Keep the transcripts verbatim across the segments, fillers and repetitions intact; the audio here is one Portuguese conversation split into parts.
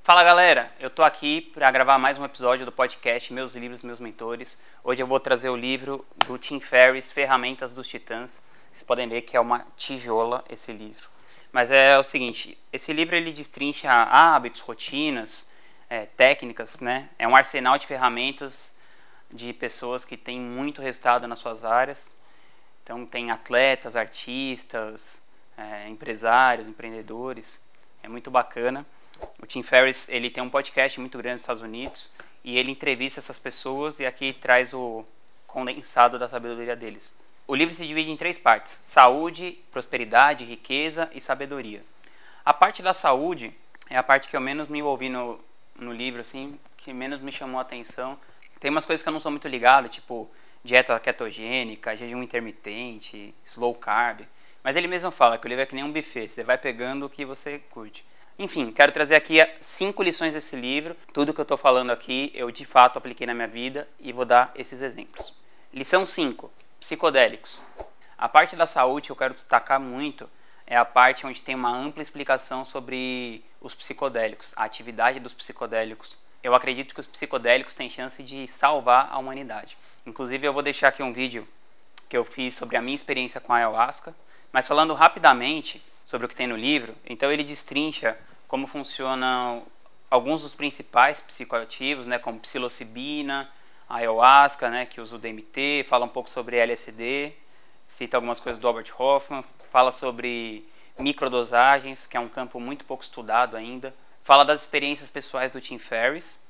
Fala galera, eu tô aqui para gravar mais um episódio do podcast Meus Livros, Meus Mentores. Hoje eu vou trazer o livro do Tim Ferriss, Ferramentas dos Titãs. Vocês podem ver que é uma tijola esse livro. Mas é o seguinte, esse livro ele destrincha hábitos, rotinas, é, técnicas, né? É um arsenal de ferramentas de pessoas que têm muito resultado nas suas áreas. Então tem atletas, artistas, é, empresários, empreendedores. É muito bacana. O Tim Ferriss ele tem um podcast muito grande nos Estados Unidos e ele entrevista essas pessoas e aqui traz o condensado da sabedoria deles. O livro se divide em três partes: saúde, prosperidade, riqueza e sabedoria. A parte da saúde é a parte que eu menos me envolvi no, no livro, assim, que menos me chamou a atenção. Tem umas coisas que eu não sou muito ligado, tipo dieta ketogênica, jejum intermitente, slow carb. Mas ele mesmo fala que o livro é que nem um buffet, você vai pegando o que você curte. Enfim, quero trazer aqui cinco lições desse livro. Tudo que eu estou falando aqui, eu de fato apliquei na minha vida e vou dar esses exemplos. Lição cinco. Psicodélicos. A parte da saúde que eu quero destacar muito é a parte onde tem uma ampla explicação sobre os psicodélicos, a atividade dos psicodélicos. Eu acredito que os psicodélicos têm chance de salvar a humanidade. Inclusive, eu vou deixar aqui um vídeo que eu fiz sobre a minha experiência com a ayahuasca. Mas falando rapidamente sobre o que tem no livro, então ele destrincha como funcionam alguns dos principais psicoativos, né, como psilocibina, ayahuasca, né, que usa o D M T, fala um pouco sobre L S D, cita algumas coisas do Albert Hofmann, fala sobre microdosagens, que é um campo muito pouco estudado ainda, fala das experiências pessoais do Tim Ferriss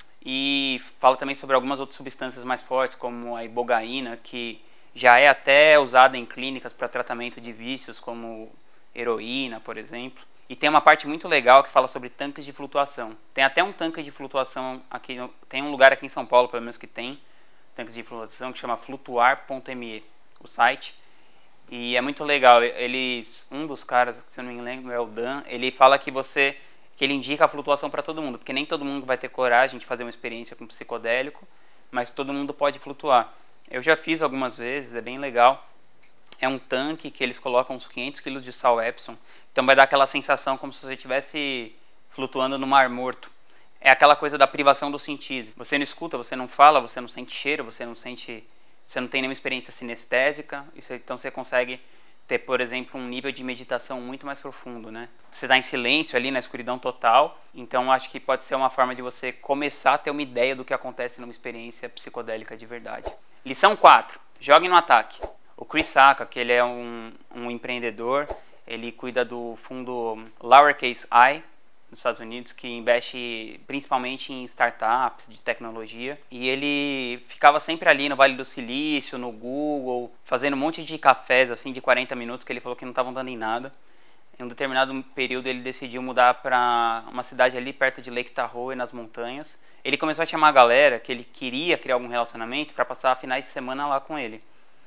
e fala também sobre algumas outras substâncias mais fortes, como a ibogaína, que já é até usada em clínicas para tratamento de vícios, como heroína, por exemplo. E tem uma parte muito legal que fala sobre tanques de flutuação. Tem até um tanque de flutuação aqui, tem um lugar aqui em São Paulo, pelo menos, que tem tanques de flutuação, que chama flutuar ponto me, o site. E é muito legal. Eles, um dos caras, se eu não me lembro, é o Dan, ele fala que você, que ele indica a flutuação para todo mundo, porque nem todo mundo vai ter coragem de fazer uma experiência com psicodélico, mas todo mundo pode flutuar. Eu já fiz algumas vezes, é bem legal. É um tanque que eles colocam uns quinhentos quilos de sal Epsom. Então vai dar aquela sensação como se você estivesse flutuando no mar morto. É aquela coisa da privação dos sentidos. Você não escuta, você não fala, você não sente cheiro, você não sente, você não tem nenhuma experiência sinestésica. Isso, então você consegue ter, por exemplo, um nível de meditação muito mais profundo, né? Você está em silêncio ali, na escuridão total. Então acho que pode ser uma forma de você começar a ter uma ideia do que acontece numa experiência psicodélica de verdade. Lição quatro. Jogue no ataque. O Chris Sacca, que ele é um, um empreendedor, ele cuida do fundo Lowercase I, nos Estados Unidos, que investe principalmente em startups de tecnologia. E ele ficava sempre ali no Vale do Silício, no Google, fazendo um monte de cafés assim, de quarenta minutos, que ele falou que não estavam dando em nada. Em um determinado período ele decidiu mudar para uma cidade ali perto de Lake Tahoe, nas montanhas. Ele começou a chamar a galera que ele queria criar algum relacionamento para passar finais de semana lá com ele.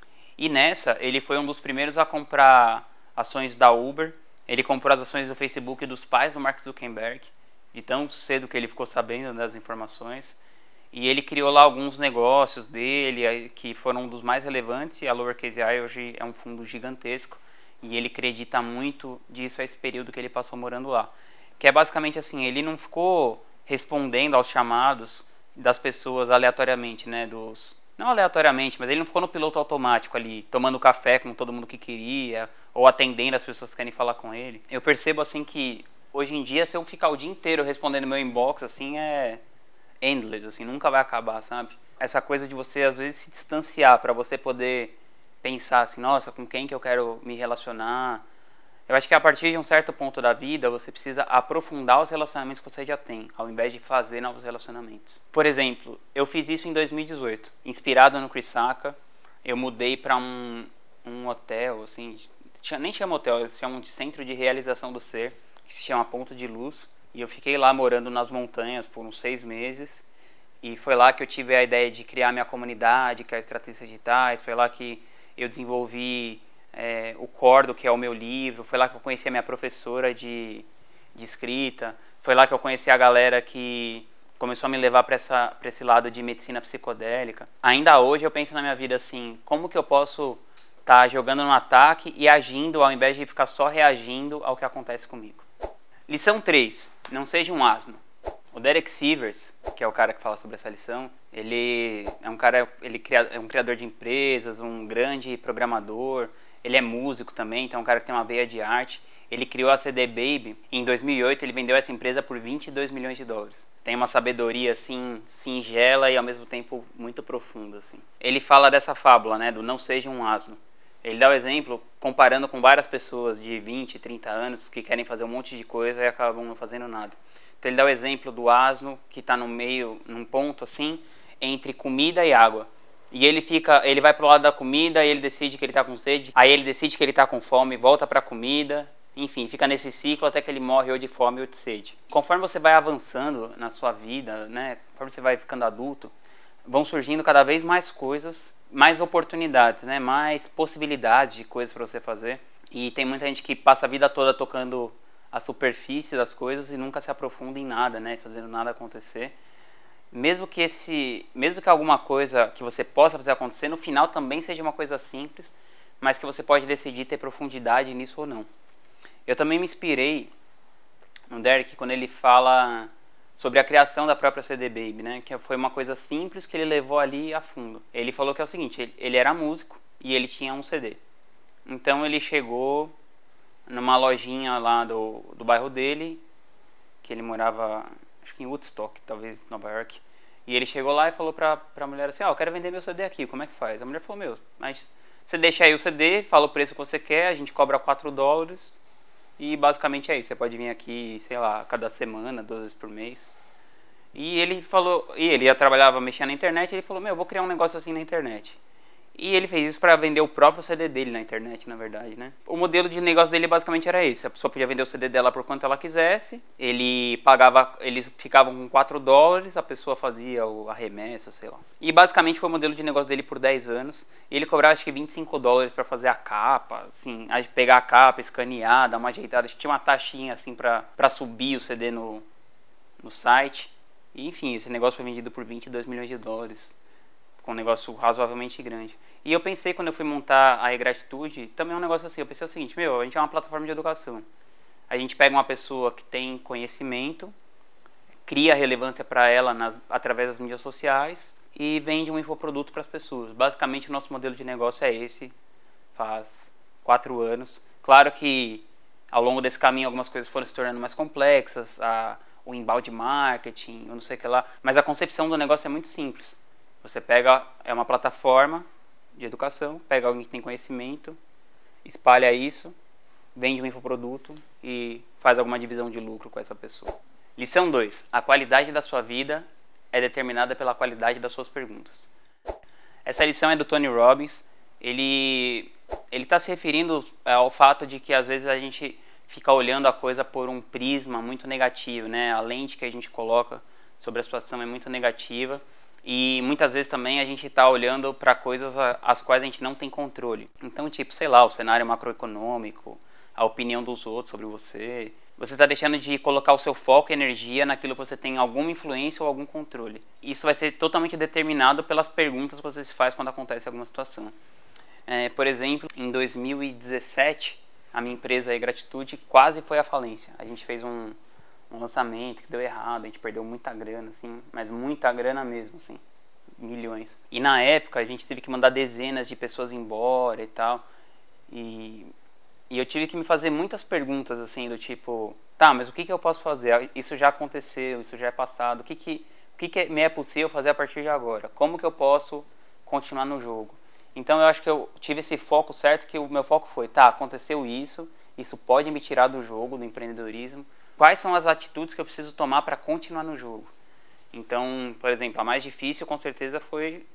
E nessa, ele foi um dos primeiros a comprar ações da Uber. Ele comprou as ações do Facebook dos pais do Mark Zuckerberg, de tão cedo que ele ficou sabendo das informações. E ele criou lá alguns negócios dele, que foram um dos mais relevantes, e a Lowercase I hoje é um fundo gigantesco. E ele acredita muito disso a esse período que ele passou morando lá. Que é basicamente assim, ele não ficou respondendo aos chamados das pessoas aleatoriamente, né, dos... Não aleatoriamente, mas ele não ficou no piloto automático ali, tomando café com todo mundo que queria, ou atendendo as pessoas que querem falar com ele. Eu percebo assim que, hoje em dia, se eu ficar o dia inteiro respondendo meu inbox, assim, é endless, assim, nunca vai acabar, sabe? Essa coisa de você, às vezes, se distanciar para você poder pensar assim, nossa, com quem que eu quero me relacionar. Eu acho que a partir de um certo ponto da vida, você precisa aprofundar os relacionamentos que você já tem, ao invés de fazer novos relacionamentos. Por exemplo, eu fiz isso em dois mil e dezoito. Inspirado no Chris Sacca, eu mudei para um, um hotel, assim, nem chama hotel, eles chamam de Centro de Realização do Ser, que se chama Ponto de Luz. E eu fiquei lá morando nas montanhas por uns seis meses. E foi lá que eu tive a ideia de criar minha comunidade, que é Estratégias Digitais. Foi lá que eu desenvolvi... É, o Cordo, que é o meu livro. Foi lá que eu conheci a minha professora de, de escrita. Foi lá que eu conheci a galera que começou a me levar para esse lado de medicina psicodélica. Ainda hoje eu penso na minha vida assim, como que eu posso estar tá jogando no ataque e agindo ao invés de ficar só reagindo ao que acontece comigo. Lição três. Não seja um asno. O Derek Sivers, que é o cara que fala sobre essa lição, ele é um cara, ele é um criador de empresas, um grande programador, ele é músico também, então é um cara que tem uma veia de arte. Ele criou a C D Baby, e em dois mil e oito ele vendeu essa empresa por vinte e dois milhões de dólares. Tem uma sabedoria assim singela e ao mesmo tempo muito profunda assim. Ele fala dessa fábula, né, do não seja um asno. Ele dá o exemplo comparando com várias pessoas de vinte, trinta anos que querem fazer um monte de coisa e acabam não fazendo nada. Então ele dá o exemplo do asno que está no meio, num ponto assim, entre comida e água. E ele fica, ele vai pro lado da comida, e ele decide que ele está com sede, aí ele decide que ele está com fome, volta para a comida, enfim, fica nesse ciclo até que ele morre ou de fome ou de sede. Conforme você vai avançando na sua vida, né, conforme você vai ficando adulto, vão surgindo cada vez mais coisas, mais oportunidades, né, mais possibilidades de coisas para você fazer. E tem muita gente que passa a vida toda tocando a superfície das coisas e nunca se aprofunda em nada, né, fazendo nada acontecer. Mesmo que esse, mesmo que alguma coisa que você possa fazer acontecer, no final também seja uma coisa simples, mas que você pode decidir ter profundidade nisso ou não. Eu também me inspirei no Derek quando ele fala sobre a criação da própria C D Baby, né? Que foi uma coisa simples que ele levou ali a fundo. Ele falou que é o seguinte, ele, ele era músico e ele tinha um C D. Então ele chegou numa lojinha lá do, do bairro dele, que ele morava, acho que em Woodstock, talvez Nova York. E ele chegou lá e falou pra, pra mulher assim, ó, oh, eu quero vender meu C D aqui, como é que faz? A mulher falou, meu, mas você deixa aí o C D, fala o preço que você quer, a gente cobra quatro dólares e basicamente é isso. Você pode vir aqui, sei lá, cada semana, duas vezes por mês. E ele falou, e ele ia trabalhava, mexia na internet, e ele falou, meu, eu vou criar um negócio assim na internet. E ele fez isso para vender o próprio C D dele na internet, na verdade, né? O modelo de negócio dele basicamente era esse. A pessoa podia vender o C D dela por quanto ela quisesse. Ele pagava, eles ficavam com quatro dólares, a pessoa fazia a remessa, sei lá. E basicamente foi o modelo de negócio dele por dez anos. E ele cobrava acho que vinte e cinco dólares para fazer a capa, assim, pegar a capa, escanear, dar uma ajeitada. Tinha uma taxinha assim para subir o C D no, no site. E, enfim, esse negócio foi vendido por vinte e dois milhões de dólares. Com um negócio razoavelmente grande. E eu pensei, quando eu fui montar a E-Gratitude, também é um negócio assim, eu pensei o seguinte, meu, a gente é uma plataforma de educação. A gente pega uma pessoa que tem conhecimento, cria relevância para ela nas, através das mídias sociais e vende um infoproduto para as pessoas. Basicamente, o nosso modelo de negócio é esse, faz quatro anos. Claro que, ao longo desse caminho, algumas coisas foram se tornando mais complexas, a, o inbound marketing, eu não sei o que lá, mas a concepção do negócio é muito simples. Você pega, é uma plataforma de educação, pega alguém que tem conhecimento, espalha isso, vende um infoproduto e faz alguma divisão de lucro com essa pessoa. Lição dois. A qualidade da sua vida é determinada pela qualidade das suas perguntas. Essa lição é do Tony Robbins. Ele ele está se referindo ao fato de que às vezes a gente fica olhando a coisa por um prisma muito negativo, né? A lente que a gente coloca sobre a situação é muito negativa. E muitas vezes também a gente está olhando para coisas as quais a gente não tem controle. Então, tipo, sei lá, o cenário macroeconômico, a opinião dos outros sobre você. Você está deixando de colocar o seu foco e energia naquilo que você tem alguma influência ou algum controle. Isso vai ser totalmente determinado pelas perguntas que você se faz quando acontece alguma situação. É, por exemplo, em dois mil e dezessete, a minha empresa E-Gratitude quase foi à falência. A gente fez um... um lançamento que deu errado, a gente perdeu muita grana, assim, mas muita grana mesmo, assim, milhões. E na época a gente teve que mandar dezenas de pessoas embora e tal, e, e eu tive que me fazer muitas perguntas, assim, do tipo, tá, mas o que, que eu posso fazer? Isso já aconteceu, isso já é passado, o que, que, o que, que me é possível fazer a partir de agora? Como que eu posso continuar no jogo? Então eu acho que eu tive esse foco certo, que o meu foco foi, tá, aconteceu isso, isso pode me tirar do jogo, do empreendedorismo. Quais são as atitudes que eu preciso tomar para continuar no jogo? Então, por exemplo, a mais difícil com certeza foi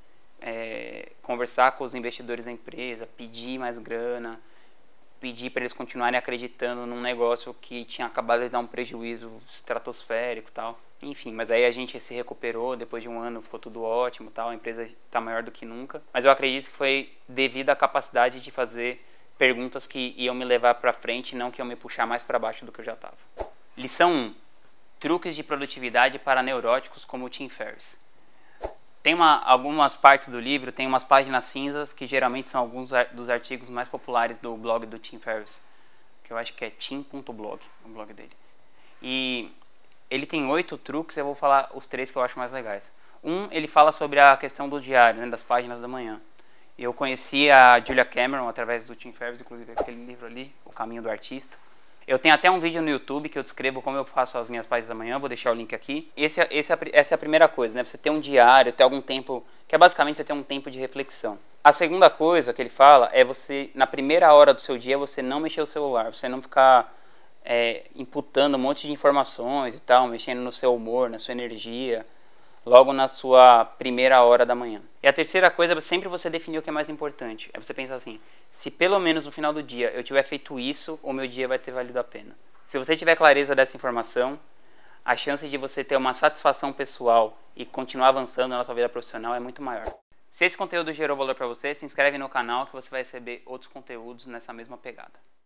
é, conversar com os investidores da empresa, pedir mais grana, pedir para eles continuarem acreditando num negócio que tinha acabado de dar um prejuízo estratosférico e tal. Enfim, mas aí a gente se recuperou, depois de um ano ficou tudo ótimo, tal, a empresa está maior do que nunca. Mas eu acredito que foi devido à capacidade de fazer perguntas que iam me levar para frente, não que iam me puxar mais para baixo do que eu já estava. Lição um. Truques de produtividade para neuróticos como o Tim Ferriss. Tem uma, algumas partes do livro, tem umas páginas cinzas que geralmente são alguns dos artigos mais populares do blog do Tim Ferriss, que eu acho que é tim ponto blog, o blog dele. E Ele tem oito truques, eu vou falar os três que eu acho mais legais. Um, ele fala sobre a questão do diário, né, das páginas da manhã. Eu conheci a Julia Cameron através do Tim Ferriss, inclusive aquele livro ali, O Caminho do Artista. Eu tenho até um vídeo no YouTube que eu descrevo como eu faço as minhas páginas da manhã, vou deixar o link aqui. Esse, esse, essa é a primeira coisa, né? Você ter um diário, ter algum tempo, que é basicamente você ter um tempo de reflexão. A segunda coisa que ele fala é você, na primeira hora do seu dia, você não mexer o celular, você não ficar é, imputando um monte de informações e tal, mexendo no seu humor, na sua energia, logo na sua primeira hora da manhã. E a terceira coisa é sempre você definir o que é mais importante. É você pensar assim, se pelo menos no final do dia eu tiver feito isso, o meu dia vai ter valido a pena. Se você tiver clareza dessa informação, a chance de você ter uma satisfação pessoal e continuar avançando na sua vida profissional é muito maior. Se esse conteúdo gerou valor para você, se inscreve no canal que você vai receber outros conteúdos nessa mesma pegada.